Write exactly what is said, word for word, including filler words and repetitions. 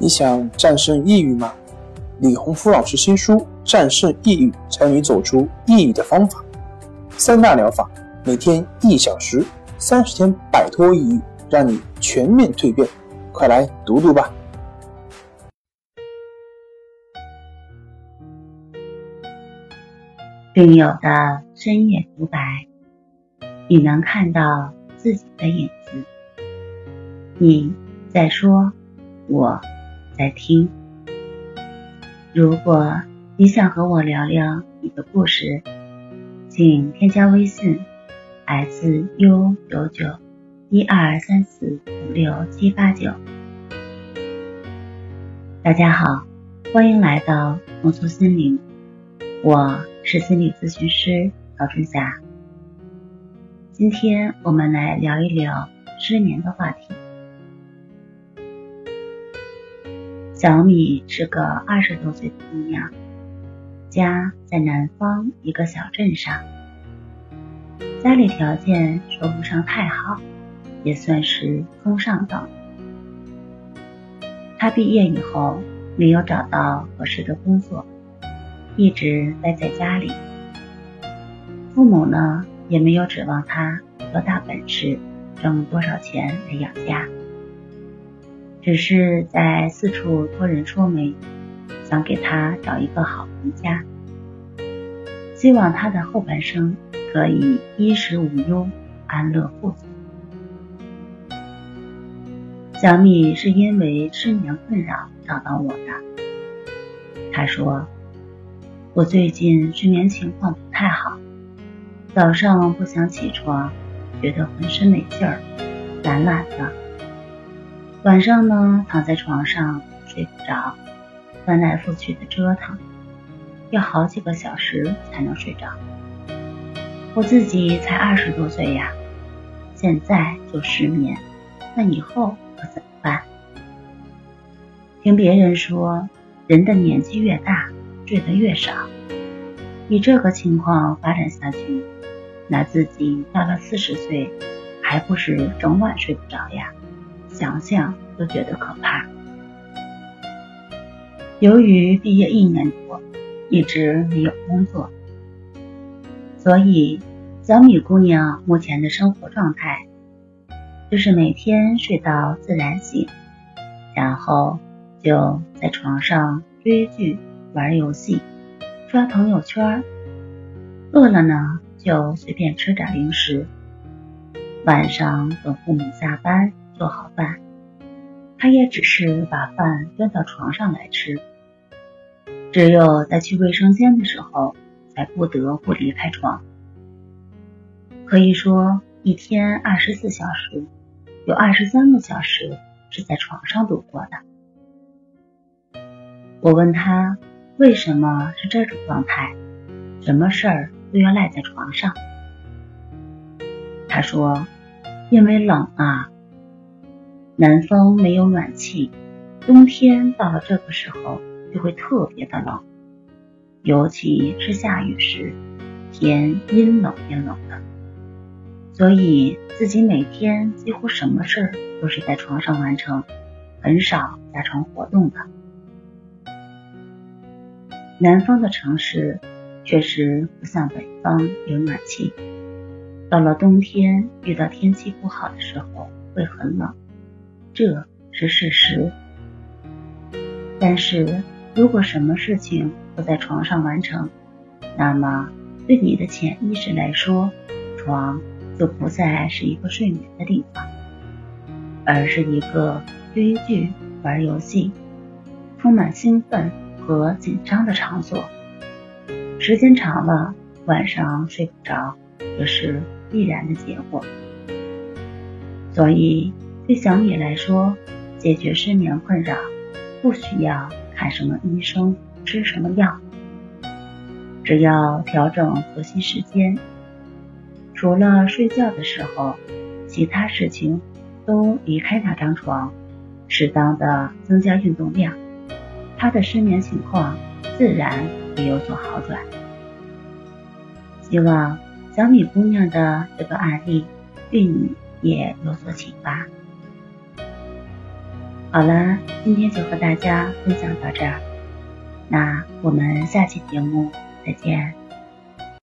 你想战胜抑郁吗？李洪福老师新书《战胜抑郁，教你走出抑郁的方法》，三大疗法，每天一小时，三十天摆脱抑郁，让你全面蜕变。快来读读吧。 病友的深夜独白，你能看到自己的影子。你在说，我在听。如果你想和我聊聊你的故事，请添加微信 S U 九九一二三四五六七八九。大家好，欢迎来到重塑心灵，我是心理咨询师曹春霞。今天我们来聊一聊失眠的话题。小米是个二十多岁的姑娘，家在南方一个小镇上，家里条件说不上太好，也算是中上等。她毕业以后没有找到合适的工作，一直待在家里。父母呢，也没有指望她多大本事，挣多少钱来养家，只是在四处托人说媒，想给她找一个好人家，希望她的后半生可以衣食无忧，安乐富足。小米是因为失眠困扰找到我的。她说，我最近睡眠情况不太好，早上不想起床，觉得浑身没劲儿，懒懒的。晚上呢，躺在床上睡不着，翻来覆去的折腾，要好几个小时才能睡着。我自己才二十多岁呀，现在就失眠，那以后可怎么办？听别人说，人的年纪越大，睡得越少。以这个情况发展下去，那自己到了四十岁，还不是整晚睡不着呀？想想都觉得可怕。由于毕业一年多，一直没有工作，所以小米姑娘目前的生活状态就是每天睡到自然醒，然后就在床上追剧、玩游戏、刷朋友圈，饿了呢就随便吃点零食。晚上等父母下班做好饭，他也只是把饭端到床上来吃，只有在去卫生间的时候才不得不离开床。可以说一天二十四小时，有二十三个小时是在床上度过的。我问他为什么是这种状态，什么事儿都要赖在床上。他说，因为冷啊，南方没有暖气，冬天到了这个时候就会特别的冷，尤其是下雨时，天阴冷阴冷的，所以自己每天几乎什么事都是在床上完成，很少下床活动的。南方的城市确实不像北方有暖气，到了冬天遇到天气不好的时候会很冷，这是事实。但是如果什么事情都在床上完成，那么对你的潜意识来说，床就不再是一个睡眠的地方，而是一个追剧、玩游戏、充满兴奋和紧张的场所。时间长了，晚上睡不着，这是必然的结果。所以对小米来说，解决失眠困扰不需要看什么医生，吃什么药，只要调整作息时间，除了睡觉的时候，其他事情都离开那张床，适当的增加运动量，他的失眠情况自然会有所好转。希望小米姑娘的这个案例对你也有所启发。 好了，今天就和大家分享到这儿，那我们下期节目再见。